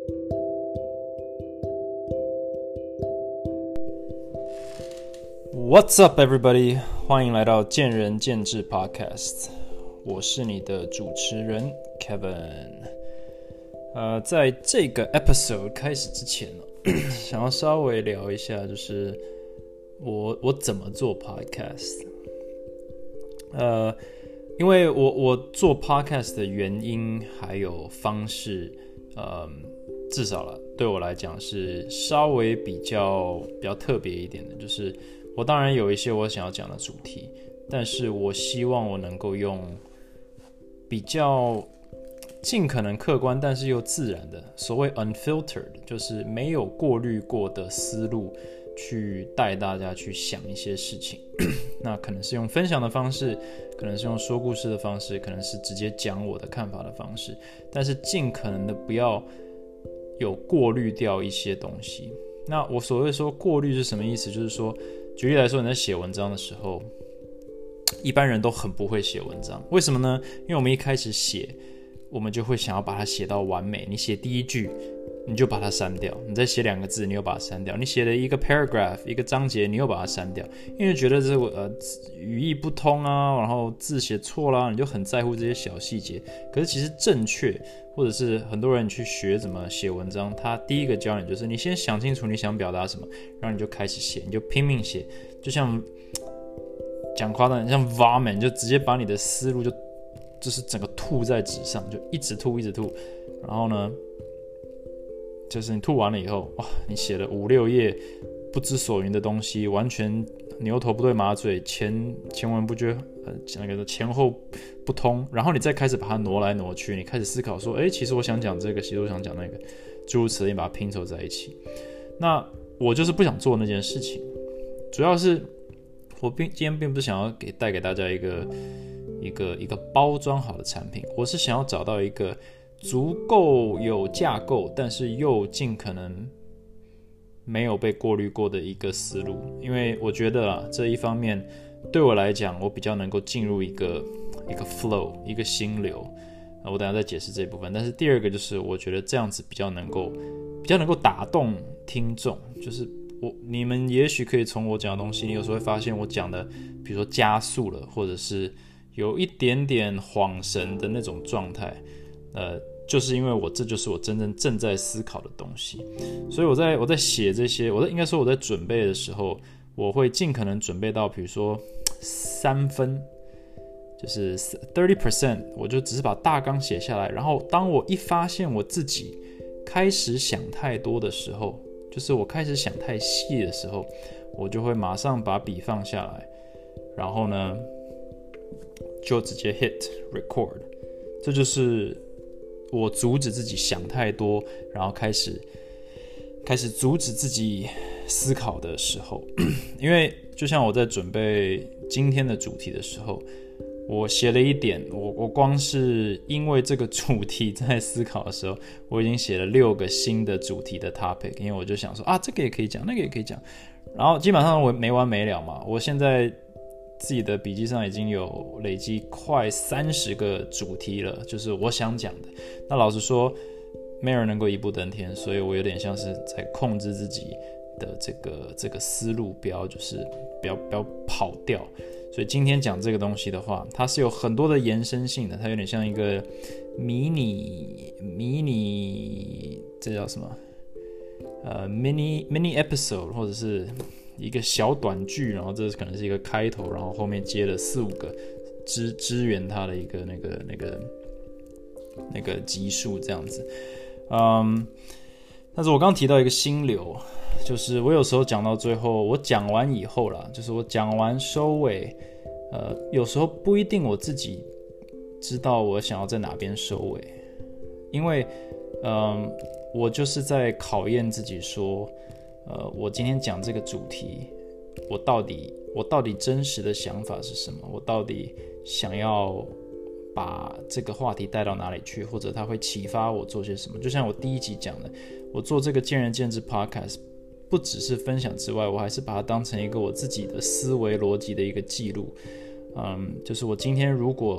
What's up, everybody？ 欢迎来到见仁见智 Podcast， 我是你的主持人 Kevin。在这个 episode 开始之前想要稍微聊一下，就是我怎么做 Podcast。因为我做 Podcast 的原因还有方式，至少啦对我来讲是稍微比较特别一点的，就是我当然有一些我想要讲的主题，但是我希望我能够用比较尽可能客观但是又自然的，所谓 unfiltered， 就是没有过滤过的思路去带大家去想一些事情。那可能是用分享的方式，可能是用说故事的方式，可能是直接讲我的看法的方式，但是尽可能的不要有过滤掉一些东西。那我所谓说过滤是什么意思？就是说，举例来说，你在写文章的时候，一般人都很不会写文章，为什么呢？因为我们一开始写，我们就会想要把它写到完美。你写第一句，你就把它删掉；你再写2个字，你又把它删掉；你写了一个 paragraph 一个章节，你又把它删掉，因为觉得这语义不通啊，然后字写错啦，你就很在乎这些小细节。可是其实正确，或者是很多人去学怎么写文章，他第一个教你就是你先想清楚你想表达什么，然后你就开始写，你就拼命写，就像讲夸张，像 vomit， 就直接把你的思路就是整个吐在纸上，就一直吐，然后呢，就是你吐完了以后，哇，你写了5-6页不知所云的东西，完全牛头不对马嘴，前文不接，那个前后不通，然后你再开始把它挪来挪去，你开始思考说，其实我想讲这个，其实我想讲那个，诸如此类，把它拼凑在一起。那我就是不想做那件事情，主要是我今天并不是想要带给大家一个包装好的产品，我是想要找到一个足够有架构，但是又尽可能没有被过滤过的一个思路。因为我觉得这一方面对我来讲，我比较能够进入一个 flow， 一个心流。我等一下再解释这一部分。但是第二个就是我觉得这样子比较能够打动听众，就是你们也许可以从我讲的东西，你有时候会发现我讲的，比如说加速了，或者是有一点点恍神的那种状态，就是因为这就是我真正正在思考的东西。所以我在写这些，应该说我在准备的时候，我会尽可能准备到，比如说3分，就是 30%， 我就只是把大纲写下来，然后当我一发现我自己开始想太多的时候，就是我开始想太细的时候，我就会马上把笔放下来，然后呢就直接 hit record。 这就是我阻止自己想太多，然后开始阻止自己思考的时候。因为就像我在准备今天的主题的时候，我写了一点，我光是因为这个主题在思考的时候，我已经写了6个新的主题的 topic， 因为我就想说这个也可以讲，那个也可以讲，然后基本上我没完没了嘛。我现在自己的笔记上已经有累积快30个主题了，就是我想讲的。那老实说，没有人能够一步登天，所以我有点像是在控制自己的这个思路，不要跑掉。所以今天讲这个东西的话，它是有很多的延伸性的，它有点像一个迷你，这叫什么？mini episode， 或者是一个小短剧，然后这可能是一个开头，然后后面接了4-5个支援它的一个那个集数这样子。但是我刚刚提到一个心流，就是我有时候讲到最后，我讲完以后啦，就是我讲完收尾，有时候不一定我自己知道我想要在哪边收尾，因为我就是在考验自己说，我今天讲这个主题，我到底真实的想法是什么？我到底想要把这个话题带到哪里去，或者它会启发我做些什么？就像我第1集讲的，我做这个见仁见智 podcast， 不只是分享之外，我还是把它当成一个我自己的思维逻辑的一个记录。就是我今天如果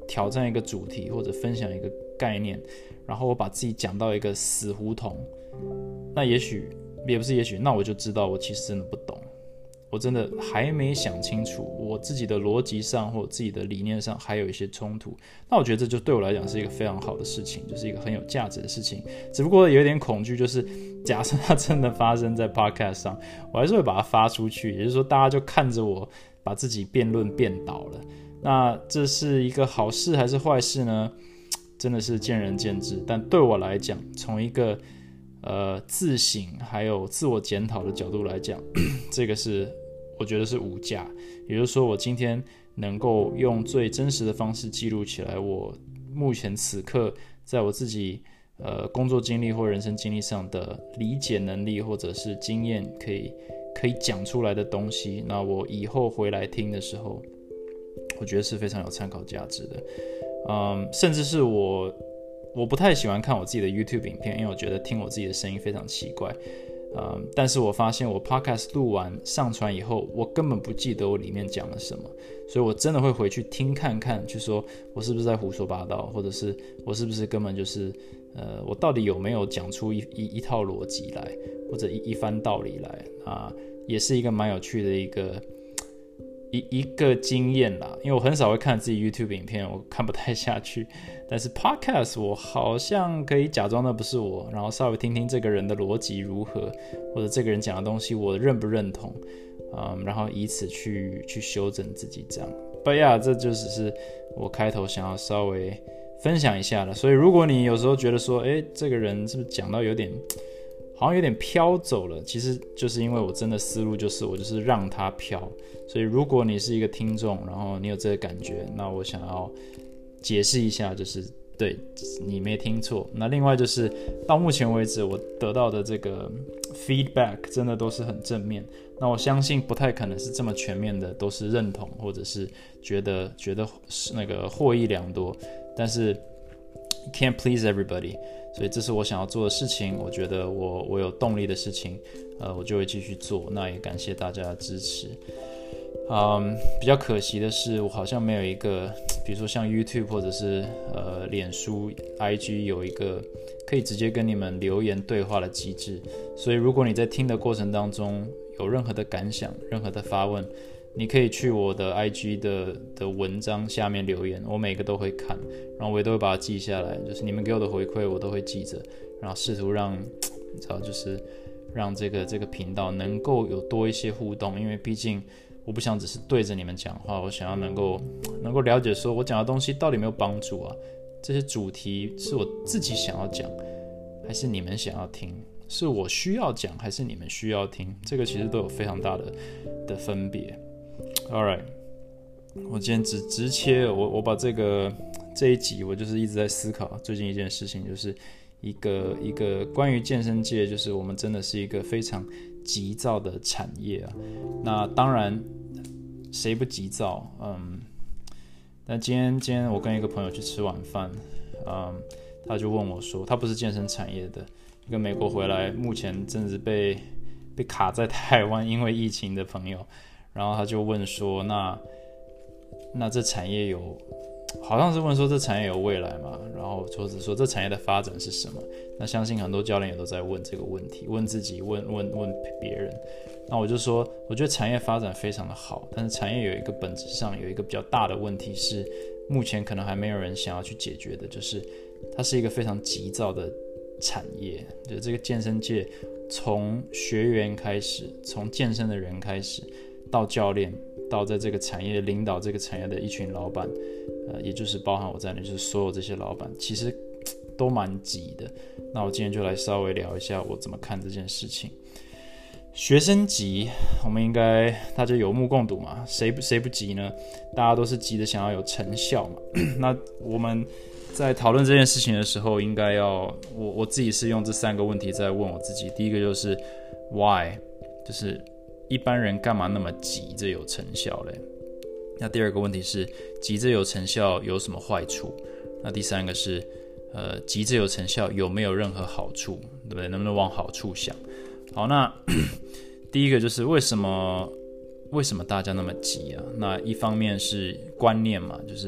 挑战一个主题或者分享一个概念，然后我把自己讲到一个死胡同，那也许也不是也许，那我就知道我其实真的不懂，我真的还没想清楚，我自己的逻辑上或自己的理念上还有一些冲突。那我觉得这就对我来讲是一个非常好的事情，就是一个很有价值的事情。只不过有点恐惧，就是假设它真的发生在 podcast 上，我还是会把它发出去，也就是说大家就看着我把自己辩论辩倒了。那这是一个好事还是坏事呢？真的是见仁见智。但对我来讲，从一个自省还有自我检讨的角度来讲，这个是我觉得是无价。也就是说，我今天能够用最真实的方式记录起来我目前此刻在我自己工作经历或人生经历上的理解能力或者是经验可以讲出来的东西，那我以后回来听的时候，我觉得是非常有参考价值的。甚至是我不太喜欢看我自己的 YouTube 影片，因为我觉得听我自己的声音非常奇怪。但是我发现我 Podcast 录完上传以后，我根本不记得我里面讲了什么，所以我真的会回去听看看，去说我是不是在胡说八道，或者是我是不是根本就是我到底有没有讲出一套逻辑来，或者一番道理来啊，也是一个蛮有趣的一个经验啦。因为我很少会看自己 YouTube 影片，我看不太下去。但是 Podcast 我好像可以假装那不是我，然后稍微听听这个人的逻辑如何，或者这个人讲的东西我认不认同，然后以此去修正自己这样。But yeah， 这就只是我开头想要稍微分享一下的。所以如果你有时候觉得说，这个人是不是讲到好像有点飘走了，其实就是因为我真的思路就是我就是让他飘。所以如果你是一个听众，然后你有这个感觉，那我想要解释一下，就是对，你没听错。那另外就是到目前为止我得到的这个 feedback 真的都是很正面，那我相信不太可能是这么全面的都是认同或者是觉得那个获益良多，但是 you can't please everybody， 所以这是我想要做的事情，我觉得我有动力的事情，我就会继续做。那也感谢大家的支持。比较可惜的是，我好像没有一个，比如说像 YouTube 或者是脸书、IG 有一个可以直接跟你们留言对话的机制。所以如果你在听的过程当中有任何的感想、任何的发问，你可以去我的 IG 的文章下面留言，我每个都会看，然后我也都会把它记下来，就是你们给我的回馈我都会记着，然后试图让你知道，就是让这个频道能够有多一些互动，因为毕竟我不想只是对着你们讲话，我想要能够了解说我讲的东西到底有没有帮助啊？这些主题是我自己想要讲，还是你们想要听？是我需要讲，还是你们需要听？这个其实都有非常大的分别。All right， 我今天直切，我把这一集我就是一直在思考最近一件事情，就是一个关于健身界，就是我们真的是一个非常急躁的产业啊。那当然谁不急躁？但今天我跟一个朋友去吃晚饭，他就问我说，他不是健身产业的，一个美国回来，目前正是被卡在台湾因为疫情的朋友，然后他就问说，那这产业好像是问说这产业有未来吗？然后或者说这产业的发展是什么？那相信很多教练也都在问这个问题，问自己，问别人。那我就说，我觉得产业发展非常的好，但是产业有一个本质上有一个比较大的问题是，目前可能还没有人想要去解决的，就是它是一个非常急躁的产业。就这个健身界，从学员开始，从健身的人开始，到教练，到在这个产业领导这个产业的一群老板，也就是包含我在内，就是所有这些老板，其实都蛮急的。那我今天就来稍微聊一下我怎么看这件事情。学生急，我们应该大家有目共睹嘛，谁不急呢？大家都是急的想要有成效嘛。那我们在讨论这件事情的时候，应该要我自己是用这3个问题在问我自己。第一个就是 why， 就是一般人干嘛那么急着有成效嘞？那第2个问题是急着有成效有什么坏处？那第3个是急着有成效有没有任何好处？对不对？能不能往好处想？好，那第一个就是为什么大家那么急啊？那一方面是观念嘛，就是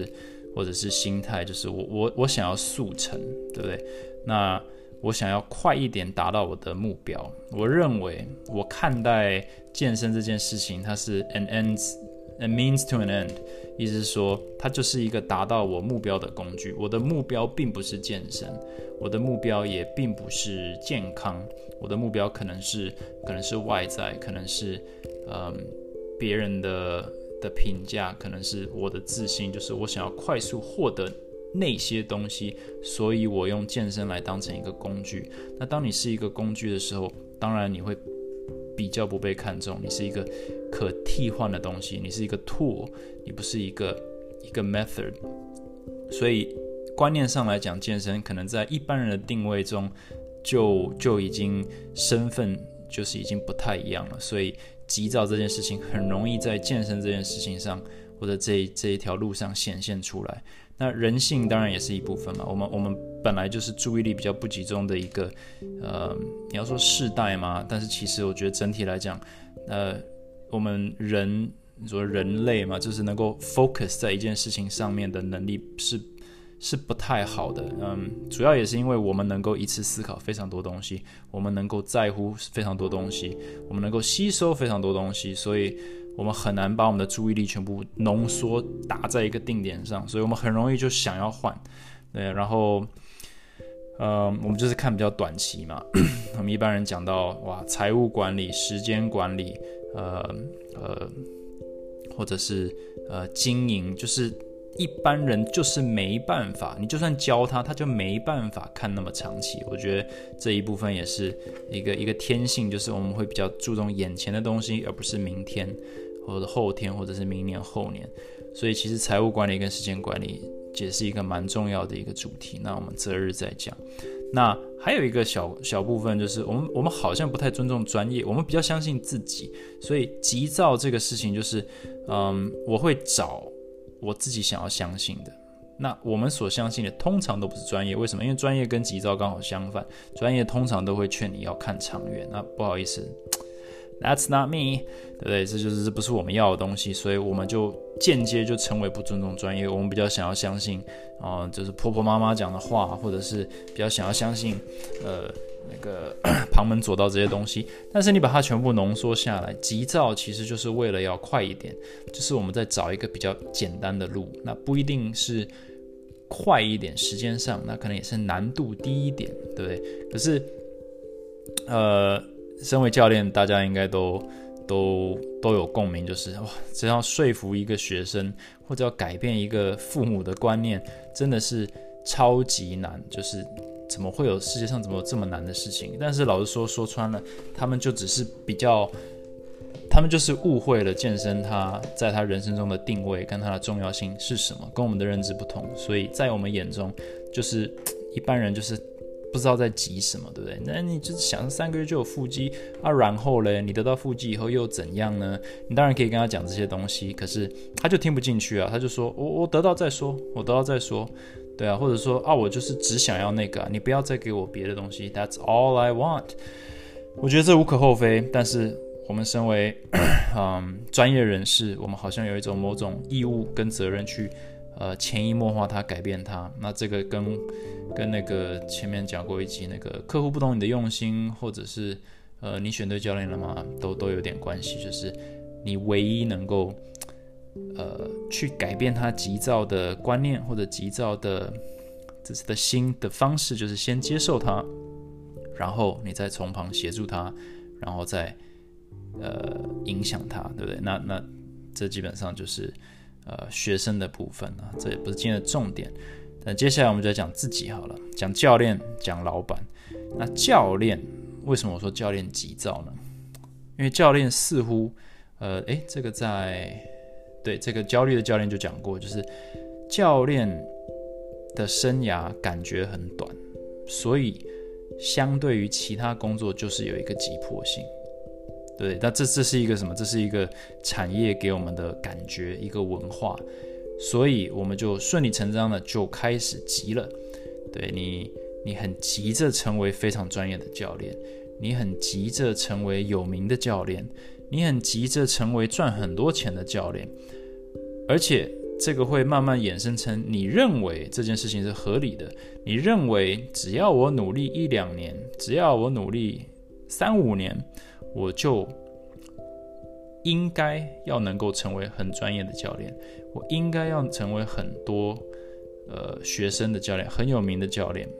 或者是心态，就是我想要速成，对不对？那我想要快一点达到我的目标。我认为我看待健身这件事情，它是 a means to an end， 意思是说它就是一个达到我目标的工具。我的目标并不是健身，我的目标也并不是健康，我的目标可能是外在，可能是别人的评价，可能是我的自信，就是我想要快速获得那些东西，所以我用健身来当成一个工具。那当你是一个工具的时候，当然你会比较不被看重，你是一个可替换的东西，你是一个 tool， 你不是一个 method。 所以观念上来讲，健身可能在一般人的定位中就已经身份就是已经不太一样了，所以急躁这件事情很容易在健身这件事情上或者这一条路上显现出来。那人性当然也是一部分嘛，我们本来就是注意力比较不集中的一个你要说世代嘛，但是其实我觉得整体来讲我们你说人类嘛，就是能够 focus 在一件事情上面的能力是不太好的。主要也是因为我们能够一次思考非常多东西，我们能够在乎非常多东西，我们能够吸收非常多东西，所以我们很难把我们的注意力全部浓缩打在一个定点上，所以我们很容易就想要换。对，然后我们就是看比较短期嘛。我们一般人讲到财务管理、时间管理，或者是经营，就是一般人就是没办法，你就算教他就没办法看那么长期。我觉得这一部分也是一个天性，就是我们会比较注重眼前的东西，而不是明天或者后天或者是明年后年。所以其实财务管理跟时间管理也是一个蛮重要的一个主题，那我们择日再讲。那还有一个小部分，就是我们好像不太尊重专业，我们比较相信自己，所以急躁这个事情就是我会找我自己想要相信的。那我们所相信的通常都不是专业，为什么？因为专业跟急躁刚好相反，专业通常都会劝你要看长远。那不好意思，That's not me， 对不对？这不是我们要的东西，所以我们就间接就成为不尊重专业。我们比较想要相信就是婆婆妈妈讲的话，或者是比较想要相信那个旁门左道这些东西。但是你把它全部浓缩下来，急躁其实就是为了要快一点，就是我们在找一个比较简单的路，那不一定是快一点，时间上那可能也是难度低一点，对不对？可是身为教练，大家应该都有共鸣，就是只要说服一个学生，或者要改变一个父母的观念，真的是超级难。就是怎么会有世界上怎么有这么难的事情？但是老实说穿了，他们就只是他们就是误会了健身它在他人生中的定位跟它的重要性是什么，跟我们的认知不同，所以在我们眼中，就是一般人就是不知道在急什么，对不对？那你就是想3个月就有腹肌然后嘞，你得到腹肌以后又怎样呢？你当然可以跟他讲这些东西，可是他就听不进去啊，他就说我得到再说，对啊，或者说我就是只想要那个你不要再给我别的东西 ，That's all I want。我觉得这无可厚非，但是我们身为专业人士，我们好像有一种某种义务跟责任去潜移默化它，改变它。那这个跟那个前面讲过一集那个客户不懂你的用心，或者是你选对教练了吗？都有点关系。就是你唯一能够去改变他急躁的观念或者急躁的心的方式，就是先接受他，然后你再从旁协助他，然后再影响他，对不对？那这基本上就是学生的部分啊，这也不是今天的重点。那接下来我们就讲自己好了，讲教练，讲老板。那教练为什么我说教练急躁呢？因为教练似乎这个这个焦虑的教练就讲过，就是教练的生涯感觉很短，所以相对于其他工作就是有一个急迫性。对，那这是一个什么？这是一个产业给我们的感觉，一个文化，所以我们就顺理成章的就开始急了。对，你很急着成为非常专业的教练，你很急着成为有名的教练，你很急着成为赚很多钱的教练，而且这个会慢慢衍生成你认为这件事情是合理的，你认为只要我努力1-2年，只要我努力3-5年，我就应该要能够成为很专业的教练，我应该要成为很多学生的教练，很有名的教练，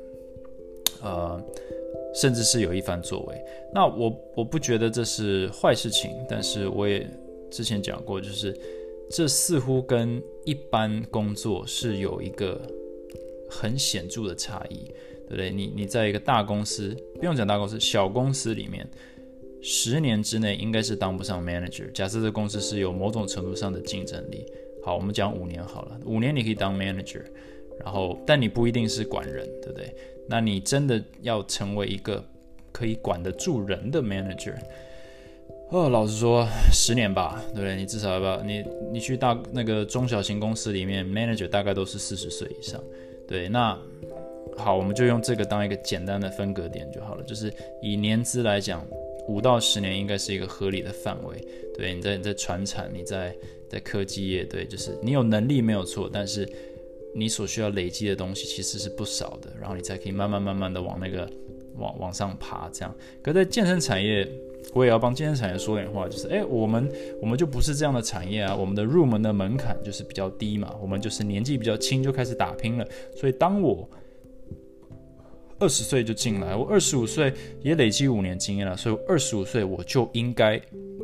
甚至是有一番作为。那我不觉得这是坏事情，但是我也之前讲过，就是这似乎跟一般工作是有一个很显著的差异，对不对？你在一个大公司，不用讲大公司，小公司里面10年之内应该是当不上 manager。假设这个公司是有某种程度上的竞争力，好，我们讲5年好了，5年你可以当 manager， 然后但你不一定是管人，对不对？那你真的要成为一个可以管得住人的 manager，老实说10年吧，对不对？你至少要不要你去那个中小型公司里面 manager 大概都是40岁以上，对，那好，我们就用这个当一个简单的分隔点就好了，就是以年资来讲，5到10年应该是一个合理的范围。对，你在传产，你在科技业，对，就是你有能力没有错，但是你所需要累积的东西其实是不少的，然后你才可以慢慢的往上爬这样。可在健身产业，我也要帮健身产业说点话，就是我们就不是这样的产业啊，我们的入门的门槛就是比较低嘛，我们就是年纪比较轻就开始打拼了，所以当我20岁就进来，我25岁也累积5年经验了，所以我25岁我就应该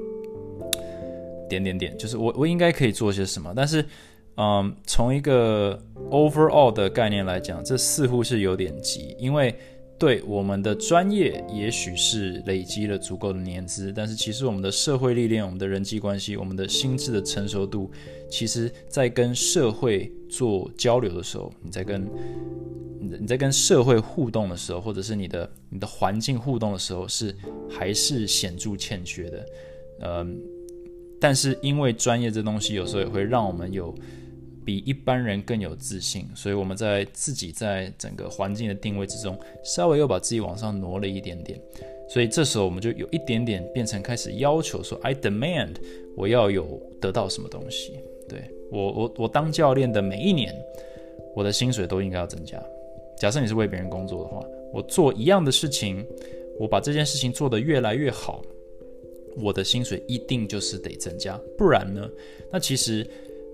就是我应该可以做些什么。但是从一个 overall 的概念来讲，这似乎是有点急，因为对我们的专业也许是累积了足够的年资，但是其实我们的社会历练，我们的人际关系，我们的心智的成熟度，其实在跟社会做交流的时候，你在跟社会互动的时候，或者是你的环境互动的时候，还是显著欠缺的。但是因为专业这东西有时候也会让我们有比一般人更有自信，所以我们自己在整个环境的定位之中，稍微又把自己往上挪了一点点，所以这时候我们就有一点点变成开始要求说 I demand 我要有得到什么东西。对，我当教练的每一年，我的薪水都应该要增加。假设你是为别人工作的话，我做一样的事情，我把这件事情做得越来越好，我的薪水一定就是得增加，不然呢？那其实，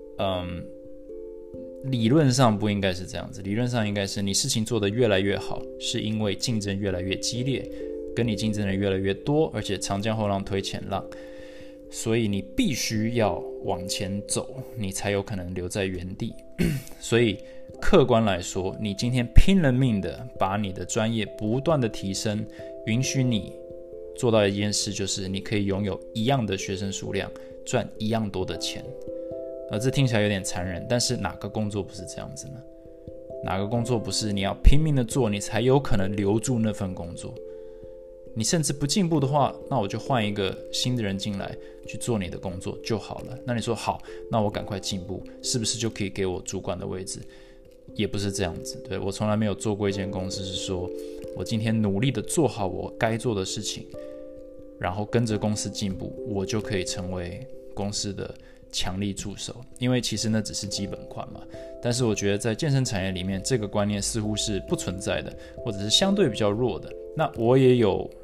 理论上不应该是这样子。理论上应该是你事情做得越来越好，是因为竞争越来越激烈，跟你竞争的人越来越多，而且长江后浪推前浪，所以你必须要往前走，你才有可能留在原地。所以客观来说，你今天拼了命的把你的专业不断的提升，允许你做到一件事，就是你可以拥有一样的学生数量，赚一样多的钱。这听起来有点残忍，但是哪个工作不是这样子呢？哪个工作不是你要拼命的做，你才有可能留住那份工作？你甚至不进步的话，那我就换一个新的人进来去做你的工作就好了。那你说好，那我赶快进步，是不是就可以给我主管的位置？也不是这样子。对，我从来没有做过一间公司是说我今天努力的做好我该做的事情，然后跟着公司进步，我就可以成为公司的强力助手，因为其实那只是基本款嘛。但是我觉得在健身产业里面，这个观念似乎是不存在的，或者是相对比较弱的。那我也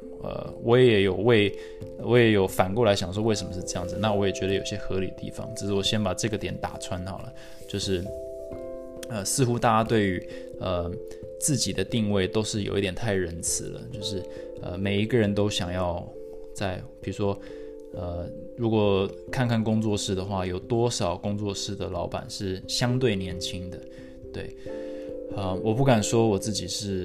有反过来想说为什么是这样子，那我也觉得有些合理的地方，只是我先把这个点打穿好了，就是似乎大家对于自己的定位都是有一点太仁慈了，就是每一个人都想要在比如说如果看看工作室的话，有多少工作室的老板是相对年轻的？对，我不敢说我自己是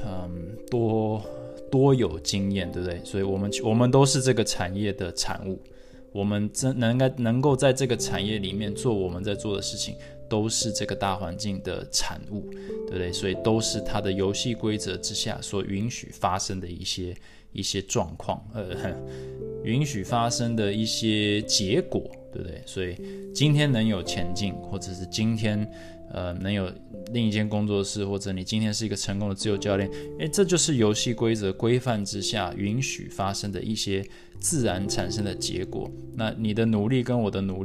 多有经验，对不对？所以我们都是这个产业的产物，我们能够在这个产业里面做我们在做的事情，都是这个大环境的产物，对不对？所以都是它的游戏规则之下所允许发生的一些状况，允许发生的一些结果，对不对？所以今天能有前进，或者是今天能有另一间工作室，或者你今天是一个成功的自由教练，这就是游戏规则规范之下允许发生的一些自然产生的结果。那你的努力跟我的努力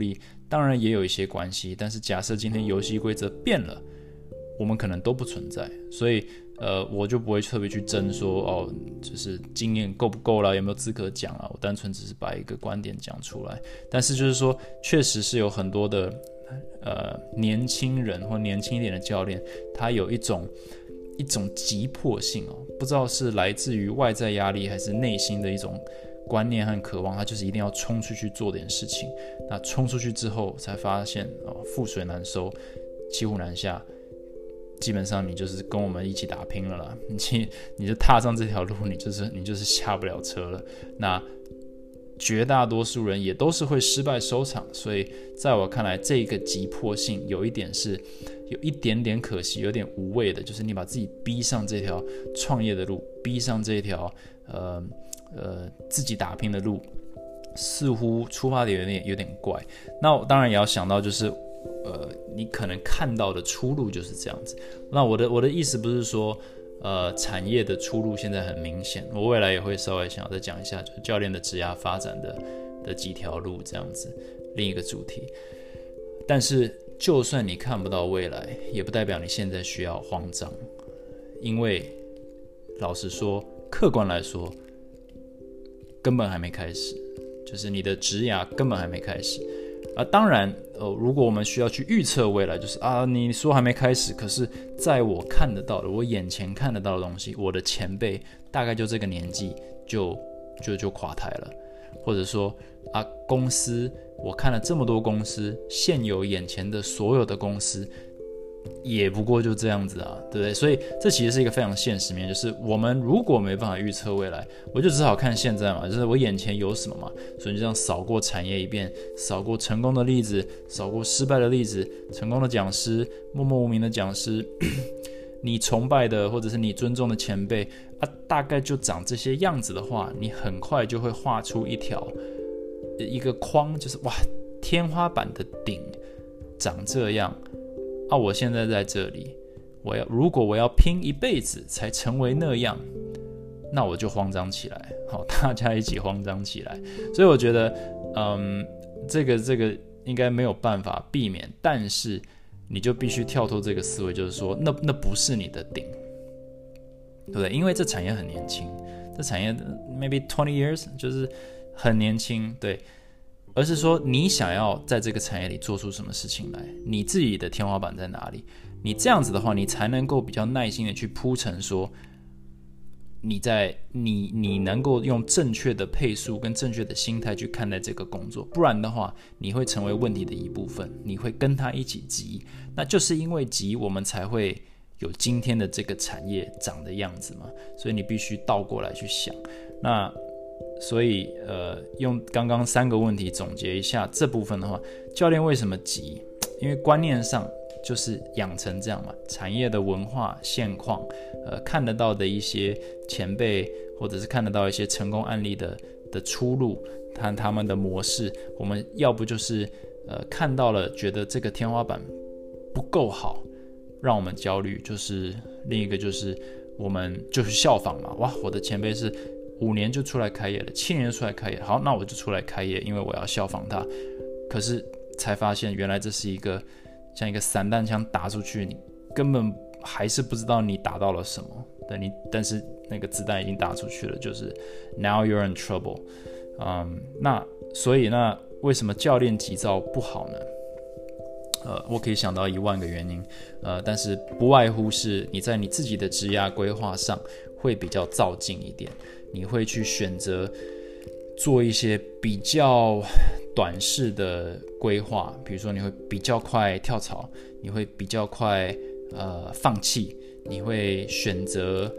当然也有一些关系，但是假设今天游戏规则变了，我们可能都不存在，所以我就不会特别去争说就是经验够不够啦，有没有资格讲啦，我单纯只是把一个观点讲出来。但是就是说，确实是有很多的年轻人或年轻一点的教练，他有一种急迫性不知道是来自于外在压力还是内心的一种观念和渴望，他就是一定要冲出去做点事情。那冲出去之后才发现覆水难收，骑虎难下。基本上你就是跟我们一起打拼了啦，你就踏上这条路，你就是下不了车了。那绝大多数人也都是会失败收场，所以在我看来，这个急迫性有一点点可惜，有点无谓的，就是你把自己逼上这条创业的路，逼上这条自己打拼的路，似乎出发点有点怪。那我当然也要想到就是你可能看到的出路就是这样子。那我的意思不是说产业的出路现在很明显，我未来也会稍微想要再讲一下就是教练的职涯发展的几条路这样子，另一个主题。但是就算你看不到未来，也不代表你现在需要慌张，因为老实说，客观来说根本还没开始，就是你的职涯根本还没开始。当然如果我们需要去预测未来，就是你说还没开始，可是在我看得到的，我眼前看得到的东西，我的前辈大概就这个年纪就垮台了，或者说公司我看了这么多公司，现有眼前的所有的公司也不过就这样子对不对？所以这其实是一个非常现实面，就是我们如果没办法预测未来，我就只好看现在嘛，就是我眼前有什么嘛，所以你这样扫过产业一遍，扫过成功的例子，扫过失败的例子，成功的讲师，默默无名的讲师，你崇拜的或者是你尊重的前辈大概就长这些样子的话，你很快就会画出一个框，就是天花板的顶长这样我现在在这里，如果我要拼一辈子才成为那样，那我就慌张起来，大家一起慌张起来。所以我觉得这个应该没有办法避免，但是你就必须跳脱这个思维，就是说那不是你的顶，对不对？因为这产业很年轻，这产业 maybe 20 years 就是很年轻，对，而是说你想要在这个产业里做出什么事情来，你自己的天花板在哪里？你这样子的话，你才能够比较耐心的去铺陈说你能够用正确的配速跟正确的心态去看待这个工作，不然的话你会成为问题的一部分，你会跟他一起急，那就是因为急我们才会有今天的这个产业长的样子嘛，所以你必须倒过来去想。那所以用刚刚3个问题总结一下这部分的话，教练为什么急？因为观念上就是养成这样嘛，产业的文化现况，看得到的一些前辈，或者是看得到一些成功案例的出路，和他们的模式，我们要不就是看到了觉得这个天花板不够好，让我们焦虑，就是另一个就是我们就是效仿嘛，我的前辈是5年就出来开业了，7年就出来开业，好，那我就出来开业，因为我要效仿他。可是才发现原来这是像一个散弹枪打出去，你根本还是不知道你打到了什么，对，但是那个子弹已经打出去了，就是 now you're in trouble。所以为什么教练急躁不好呢？我可以想到10000个原因，但是不外乎是你在你自己的职涯规划上会比较躁进一点，你会去选择做一些比较短视的规划，比如说你会比较快跳槽，你会比较快放弃，你会选择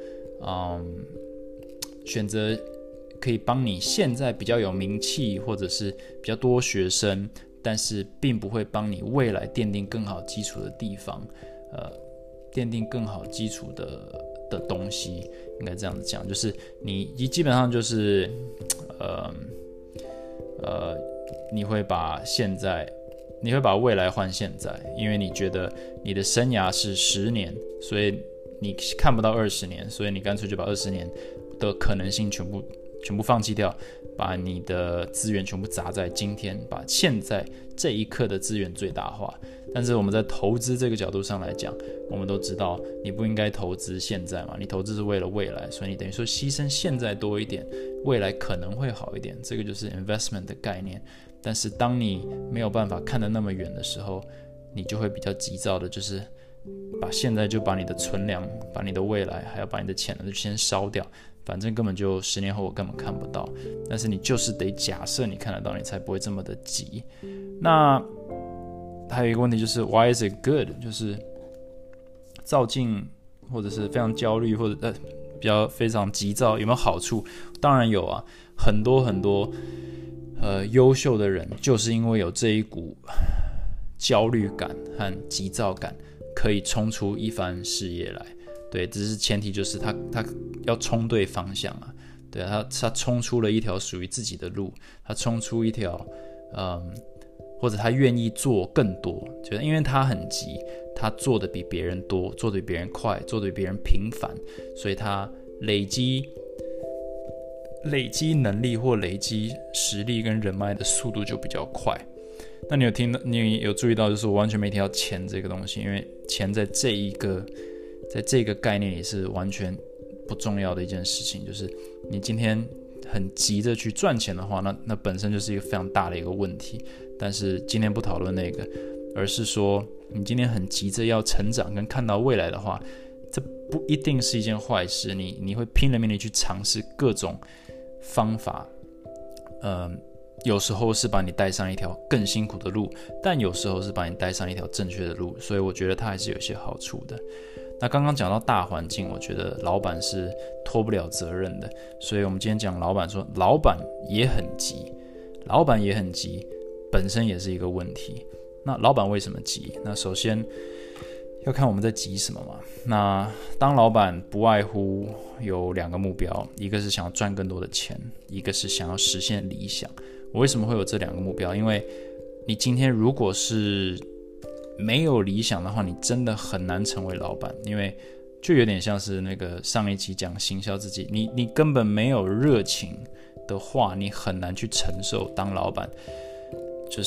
可以帮你现在比较有名气或者是比较多学生，但是并不会帮你未来奠定更好基础的地方，奠定更好基础的东西，应该这样子讲，就是你基本上就是你会把未来换现在，因为你觉得你的生涯是10年，所以你看不到20年，所以你干脆就把20年的可能性全部全部放弃掉，把你的资源全部砸在今天，把现在这一刻的资源最大化。但是我们在投资这个角度上来讲，我们都知道你不应该投资现在嘛，你投资是为了未来，所以你等于说牺牲现在多一点，未来可能会好一点，这个就是 investment 的概念。但是当你没有办法看得那么远的时候，你就会比较急躁的，就是把现在就把你的存粮，把你的未来，还要把你的潜能就先烧掉，反正根本就10年后我根本看不到。但是你就是得假设你看得到，你才不会这么的急。那还有一个问题就是 why is it good， 就是躁进或者是非常焦虑或者比较非常急躁有没有好处？当然有啊，很多很多优秀的人就是因为有这一股焦虑感和急躁感，可以冲出一番事业来。对，只是前提就是他要冲对方向啊。对啊，他冲出了一条属于自己的路，他冲出一条或者他愿意做更多，就是因为他很急，他做的比别人多，做的比别人快，做的比别人频繁，所以他累积能力或累积实力跟人脉的速度就比较快。那你有注意到，就是我完全没提到钱这个东西，因为钱在这个概念里是完全不重要的一件事情。就是你今天很急着去赚钱的话，那本身就是一个非常大的一个问题。但是今天不讨论那个，而是说你今天很急着要成长跟看到未来的话，这不一定是一件坏事。你会拼了命的去尝试各种方法，有时候是把你带上一条更辛苦的路，但有时候是把你带上一条正确的路，所以我觉得它还是有一些好处的。那刚刚讲到大环境，我觉得老板是脱不了责任的，所以我们今天讲老板说，老板也很急，本身也是一个问题。那老板为什么急？那首先要看我们在急什么嘛。那当老板不外乎有2个目标，一个是想要赚更多的钱，一个是想要实现理想。我为什么会有这2个目标？因为你今天如果是没有理想的话，你真的很难成为老板，因为就有点像是那个上一期讲行销自己，你根本没有热情的话，你很难去承受当老板，就是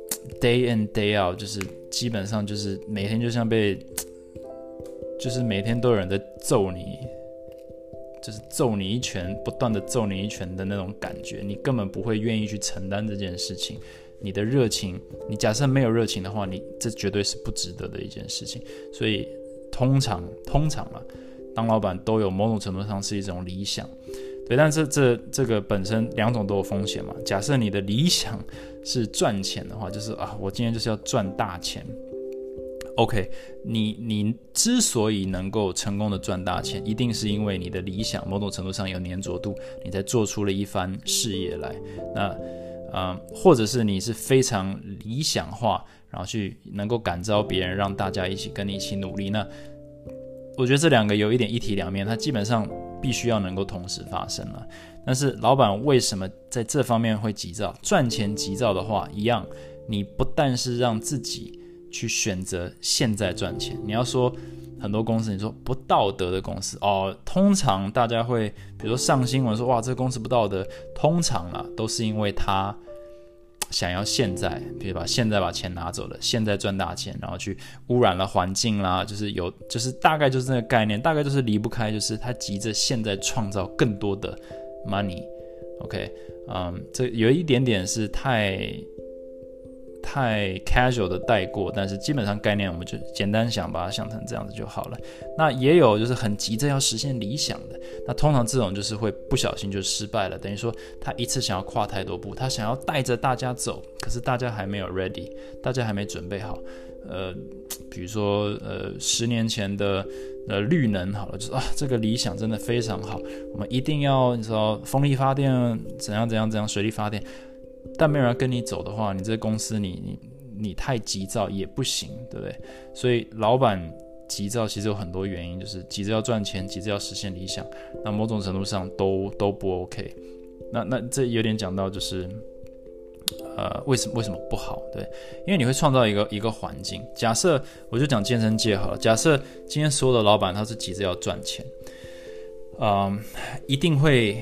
day in day out， 就是基本上就是每天就像就是每天都有人在揍你，就是揍你一拳，不断的揍你一拳的那种感觉，你根本不会愿意去承担这件事情。你的热情，你假设没有热情的话，这绝对是不值得的一件事情。所以通常啊，当老板都有某种程度上是一种理想，对，但是这个本身2种都有风险嘛。假设你的理想是赚钱的话，就是我今天就是要赚大钱。OK， 你之所以能够成功的赚大钱，一定是因为你的理想某种程度上有粘着度，你才做出了一番事业来。那或者是你是非常理想化，然后去能够感召别人，让大家跟你一起努力。那我觉得这2个有一点一体两面，它基本上必须要能够同时发生了。但是老板为什么在这方面会急躁？赚钱急躁的话，一样，你不但是让自己去选择现在赚钱，你要说很多公司，你说不道德的公司通常大家会比如说上新闻说哇这个公司不道德，通常都是因为他想要现在，比如现在把钱拿走了，现在赚大钱，然后去污染了环境啦，就是大概就是那个概念，大概就是离不开就是他急着现在创造更多的 money。 OK， 这有一点点是太 casual 的带过，但是基本上概念我们就简单想，把它想成这样子就好了。那也有就是很急着要实现理想的，那通常这种就是会不小心就失败了，等于说他一次想要跨太多步，他想要带着大家走，可是大家还没有 ready， 大家还没准备好。比如说10年前的绿能好了，就是这个理想真的非常好，我们一定要你知道风力发电怎样水力发电，但没有人跟你走的话，你这个公司你太急躁也不行，对不对？所以老板急躁其实有很多原因，就是急着要赚钱，急着要实现理想，那某种程度上都不 OK。那这有点讲到就是为什么不好？对，因为你会创造一个环境。假设我就讲健身界好了，假设今天所有的老板他是急着要赚钱，一定会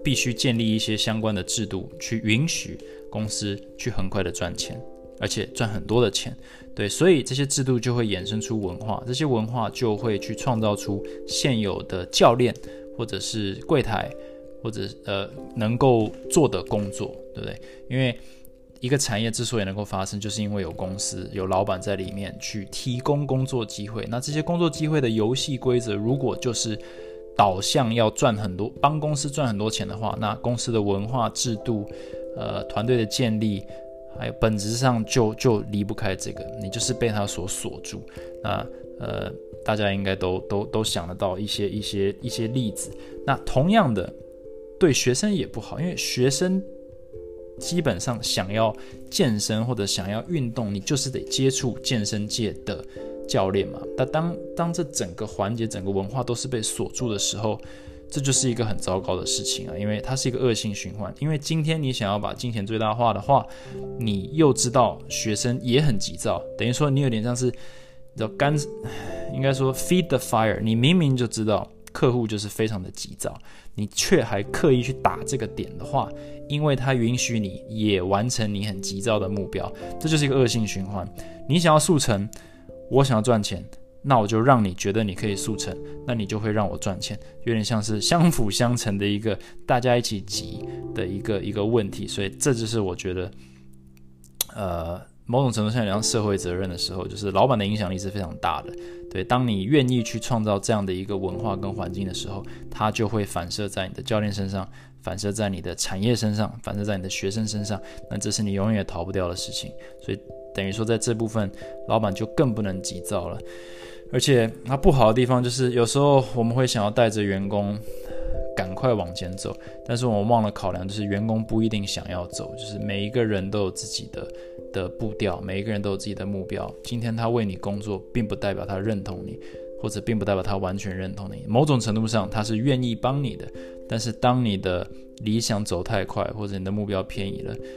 必须建立一些相关的制度，去允许公司去很快的赚钱，而且赚很多的钱。对，所以这些制度就会衍生出文化，这些文化就会去创造出现有的教练或者是柜台或者能够做的工作，对不对？因为一个产业之所以能够发生，就是因为有公司有老板在里面去提供工作机会。那这些工作机会的游戏规则，如果就是导向要赚很多，帮公司赚很多钱的话，那公司的文化制度团队的建立还有本质上就离不开这个，你就是被它所锁住。那大家应该都想得到一些例子。那同样的，对学生也不好，因为学生基本上想要健身或者想要运动，你就是得接触健身界的教练嘛。但当这整个环节、整个文化都是被锁住的时候，这就是一个很糟糕的事情啊，因为它是一个恶性循环。因为今天你想要把金钱最大化的话，你又知道学生也很急躁，等于说你有点像是应该说 feed the fire， 你明明就知道客户就是非常的急躁，你却还刻意去打这个点的话，因为它允许你也完成你很急躁的目标，这就是一个恶性循环。你想要速成，我想要赚钱，那我就让你觉得你可以速成，那你就会让我赚钱，有点像是相辅相成的一个大家一起急的一个问题。所以这就是我觉得某种程度上讲社会责任的时候，就是老板的影响力是非常大的。对，当你愿意去创造这样的一个文化跟环境的时候，它就会反射在你的教练身上，反射在你的产业身上，反射在你的学生身上，那这是你永远也逃不掉的事情。所以等于说在这部分老板就更不能急躁了。而且它不好的地方就是有时候我们会想要带着员工赶快往前走，但是我们忘了考量，就是员工不一定想要走，就是每一个人都有自己的步调，每一个人都有自己的目标。今天他为你工作，并不代表他认同你，或者并不代表他完全认同你。某种程度上他是愿意帮你的，但是当你的理想走太快，或者你的目标偏移了，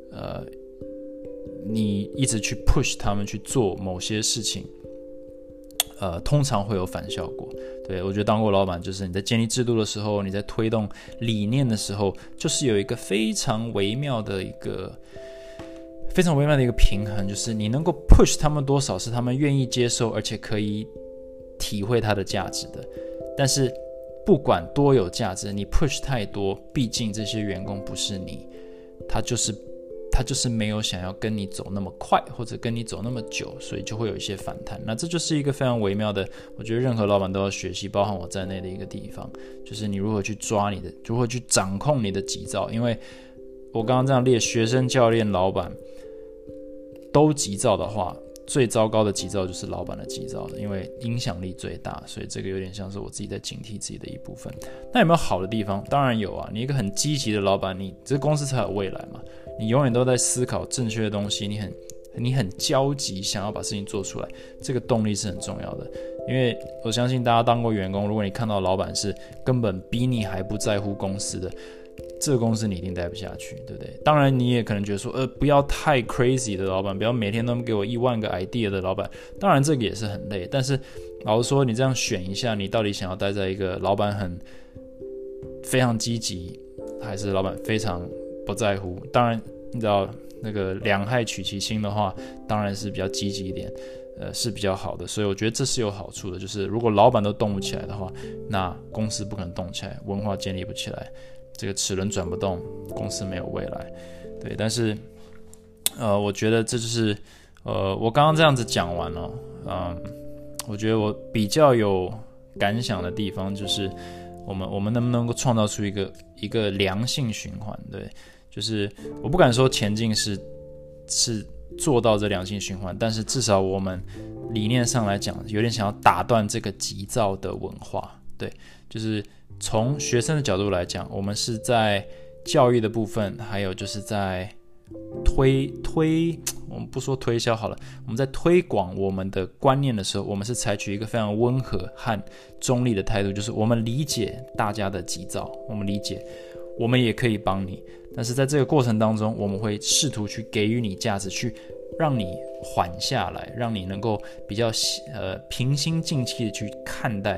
你一直去 push 他们去做某些事情，通常会有反效果。对，我觉得当过老板，就是你在建立制度的时候，你在推动理念的时候，就是有一个非常微妙的一个平衡，就是你能够 push 他们多少是他们愿意接受，而且可以体会它的价值的。但是不管多有价值，你 push 太多，毕竟这些员工不是你，他就是没有想要跟你走那么快，或者跟你走那么久，所以就会有一些反弹。那这就是一个非常微妙的，我觉得任何老板都要学习，包含我在内的一个地方，就是你如何去抓如何去掌控你的急躁。因为我刚刚这样列，学生、教练、老板都急躁的话，最糟糕的急躁就是老板的急躁，因为影响力最大，所以这个有点像是我自己在警惕自己的一部分。那有没有好的地方？当然有啊，你一个很积极的老板，你这公司才有未来嘛。你永远都在思考正确的东西，你很焦急想要把事情做出来，这个动力是很重要的。因为我相信大家当过员工，如果你看到老板是根本比你还不在乎公司的，这个公司你一定待不下去，对不对？当然你也可能觉得说不要太 crazy 的老板，不要每天都给我10000个 idea 的老板，当然这个也是很累。但是老实说，你这样选一下，你到底想要待在一个老板非常积极，还是老板非常不在乎？当然你知道那个两害取其轻的话，当然是比较积极一点，是比较好的。所以我觉得这是有好处的，就是如果老板都动不起来的话，那公司不可能动起来，文化建立不起来，这个齿轮转不动，公司没有未来。对，但是我觉得这就是我刚刚这样子讲完了，我觉得我比较有感想的地方就是我们能不能够创造出一个良性循环？对，就是我不敢说前进是做到这良性循环，但是至少我们理念上来讲，有点想要打断这个急躁的文化。对，就是从学生的角度来讲，我们是在教育的部分，还有就是在我们不说推销好了，我们在推广我们的观念的时候，我们是采取一个非常温和和中立的态度，就是我们理解大家的急躁，我们理解，我们也可以帮你，但是在这个过程当中，我们会试图去给予你价值，去让你缓下来，让你能够比较平心静气的去看待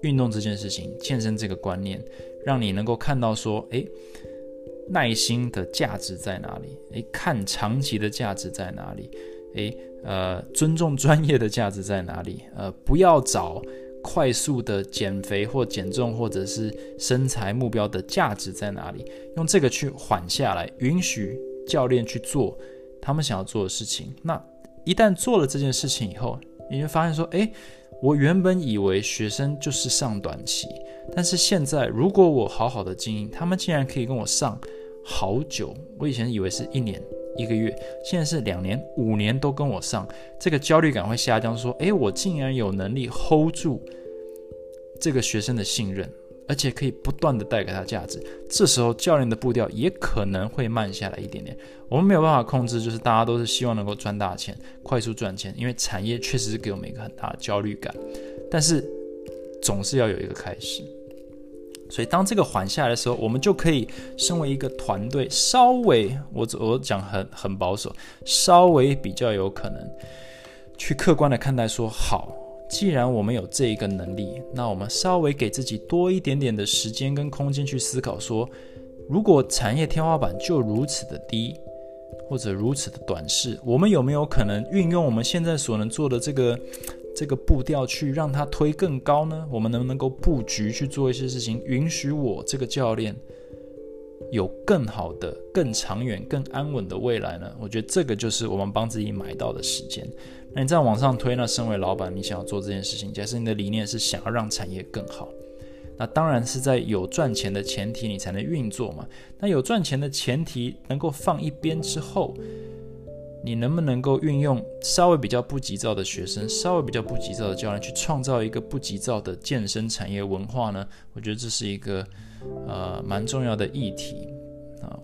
运动这件事情，健身这个观念，让你能够看到说，耐心的价值在哪里？看长期的价值在哪里？尊重专业的价值在哪里？不要找快速的减肥或减重或者是身材目标的价值在哪里？用这个去缓下来，允许教练去做他们想要做的事情。那一旦做了这件事情以后，你就发现说，我原本以为学生就是上短期，但是现在如果我好好的经营，他们竟然可以跟我上好久。我以前以为是1年1个月，现在是2年5年都跟我上，这个焦虑感会下降，说我竟然有能力 hold 住这个学生的信任，而且可以不断的带给他价值。这时候教练的步调也可能会慢下来一点点。我们没有办法控制，就是大家都是希望能够赚大钱，快速赚钱，因为产业确实是给我们一个很大的焦虑感，但是总是要有一个开始。所以当这个缓下来的时候，我们就可以身为一个团队，稍微我讲很保守，稍微比较有可能去客观的看待说，好，既然我们有这一个能力，那我们稍微给自己多一点点的时间跟空间去思考说，如果产业天花板就如此的低，或者如此的短视，我们有没有可能运用我们现在所能做的这个步调去让它推更高呢？我们能不能够布局去做一些事情，允许我这个教练有更好的、更长远、更安稳的未来呢？我觉得这个就是我们帮自己买到的时间。那你再往上推，那身为老板，你想要做这件事情，假设你的理念是想要让产业更好，那当然是在有赚钱的前提你才能运作嘛。那有赚钱的前提能够放一边之后，你能不能够运用稍微比较不急躁的学生，稍微比较不急躁的教练，去创造一个不急躁的健身产业文化呢？我觉得这是一个蛮重要的议题啊。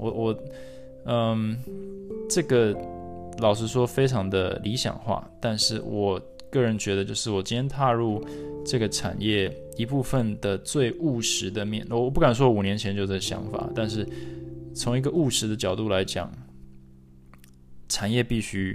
这个老实说非常的理想化，但是我个人觉得，就是我今天踏入这个产业一部分的最务实的面，我不敢说5年前就有这个想法，但是从一个务实的角度来讲，产业必须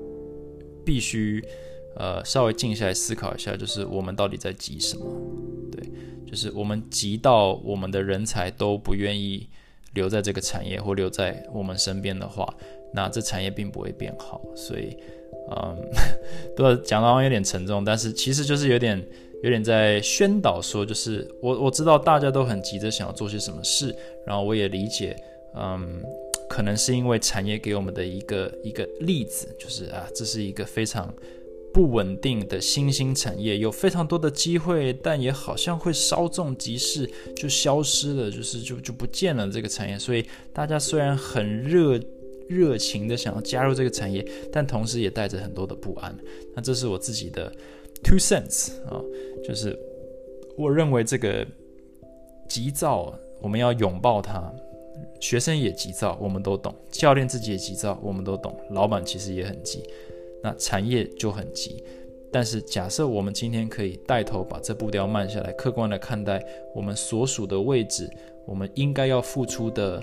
稍微静下来思考一下，就是我们到底在急什么？对，就是我们急到我们的人才都不愿意留在这个产业或留在我们身边的话，那这产业并不会变好。所以都讲到有点沉重，但是其实就是有点在宣导说，就是我知道大家都很急着想要做些什么事，然后我也理解可能是因为产业给我们的一个例子，就是这是一个非常不稳定的新兴产业，有非常多的机会，但也好像会稍纵即逝，就消失了，就不见了这个产业。所以大家虽然很热情的想要加入这个产业，但同时也带着很多的不安。那这是我自己的 two cents 就是我认为这个急躁我们要拥抱它。学生也急躁，我们都懂；教练自己也急躁，我们都懂；老板其实也很急，那产业就很急。但是假设我们今天可以带头把这步调慢下来，客观的看待我们所属的位置，我们应该要付出的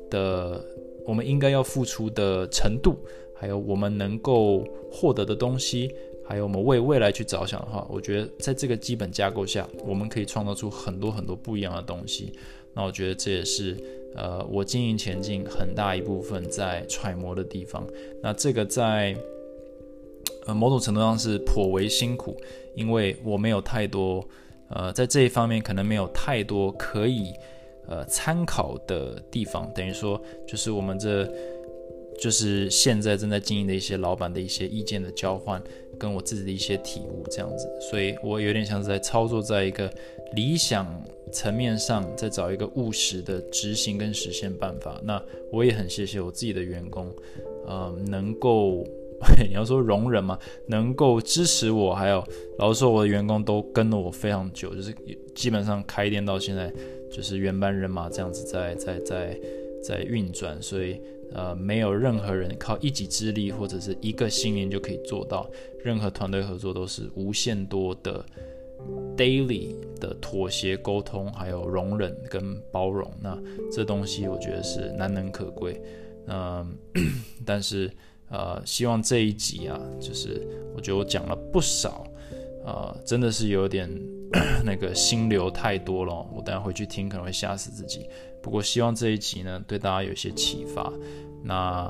程度，还有我们能够获得的东西，还有我们为未来去着想的话，我觉得在这个基本架构下，我们可以创造出很多很多不一样的东西。那我觉得这也是我经营前进很大一部分在揣摩的地方。那这个在某种程度上是颇为辛苦，因为我没有太多在这一方面可能没有太多可以参考的地方，等于说就是我们就是现在正在经营的一些老板的一些意见的交换，跟我自己的一些体悟这样子，所以我有点像是在操作在一个理想层面上，再找一个务实的执行跟实现办法。那我也很谢谢我自己的员工，能够你要说容忍嘛，能够支持我，还有老实说我的员工都跟了我非常久，就是基本上开店到现在就是原班人马这样子在运转，所以没有任何人靠一己之力或者是一个信念就可以做到，任何团队合作都是无限多的 daily 的妥协沟通，还有容忍跟包容。那这东西我觉得是难能可贵。但是希望这一集就是我觉得我讲了不少真的是有点那个心流太多了，我等一下回去听可能会吓死自己。不过希望这一集呢对大家有一些启发。那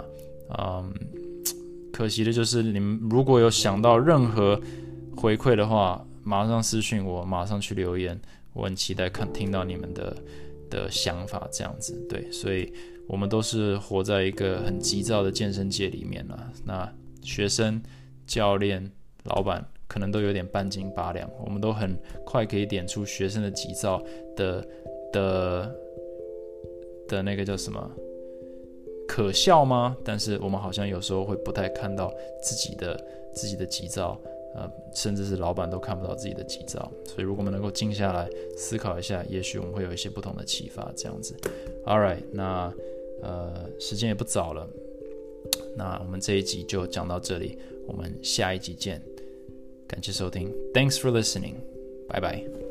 可惜的就是你们如果有想到任何回馈的话，马上私讯我，马上去留言，我很期待听到你们的想法，这样子。对，所以我们都是活在一个很急躁的健身界里面啦。那学生、教练、老板可能都有点半斤八两，我们都很快可以点出学生的急躁的那个叫什么可笑吗？但是我们好像有时候会不太看到自己的急躁，甚至是老板都看不到自己的急躁。所以如果我们能够静下来思考一下，也许我们会有一些不同的启发。这样子 ，All right， 那时间也不早了，那我们这一集就讲到这里，我们下一集见。感谢收听 ，Thanks for listening，拜拜。